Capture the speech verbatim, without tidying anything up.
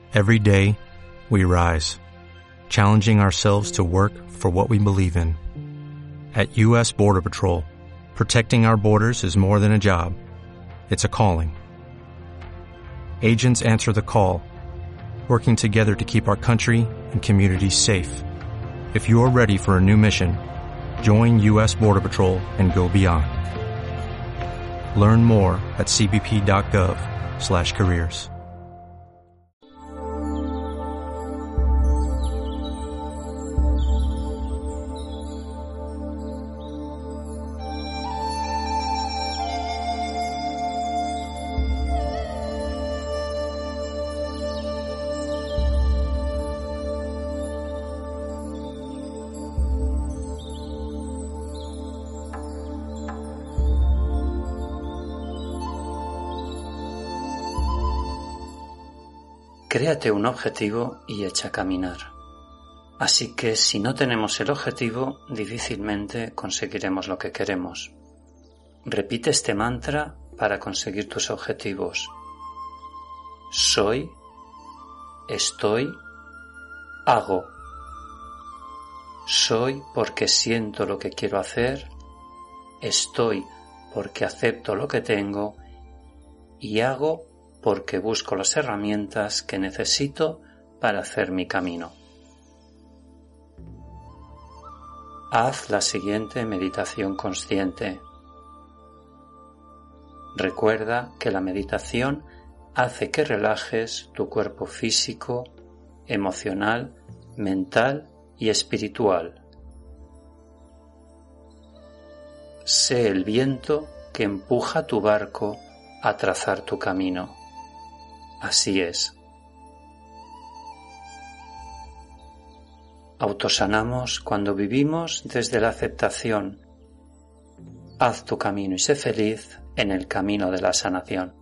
Every day, we rise, challenging ourselves to work for what we believe in. At U S Border Patrol, protecting our borders is more than a job. It's a calling. Agents answer the call, working together to keep our country and communities safe. If you're ready for a new mission, join U S Border Patrol and go beyond. Learn more at c b p dot gov slash careers. Créate un objetivo y echa a caminar. Así que si no tenemos el objetivo, difícilmente conseguiremos lo que queremos. Repite este mantra para conseguir tus objetivos. Soy, estoy, hago. Soy porque siento lo que quiero hacer, estoy porque acepto lo que tengo y hago porque busco las herramientas que necesito para hacer mi camino. Haz la siguiente meditación consciente. Recuerda que la meditación hace que relajes tu cuerpo físico, emocional, mental y espiritual. Sé el viento que empuja tu barco a trazar tu camino. Así es. Autosanamos cuando vivimos desde la aceptación. Haz tu camino y sé feliz en el camino de la sanación.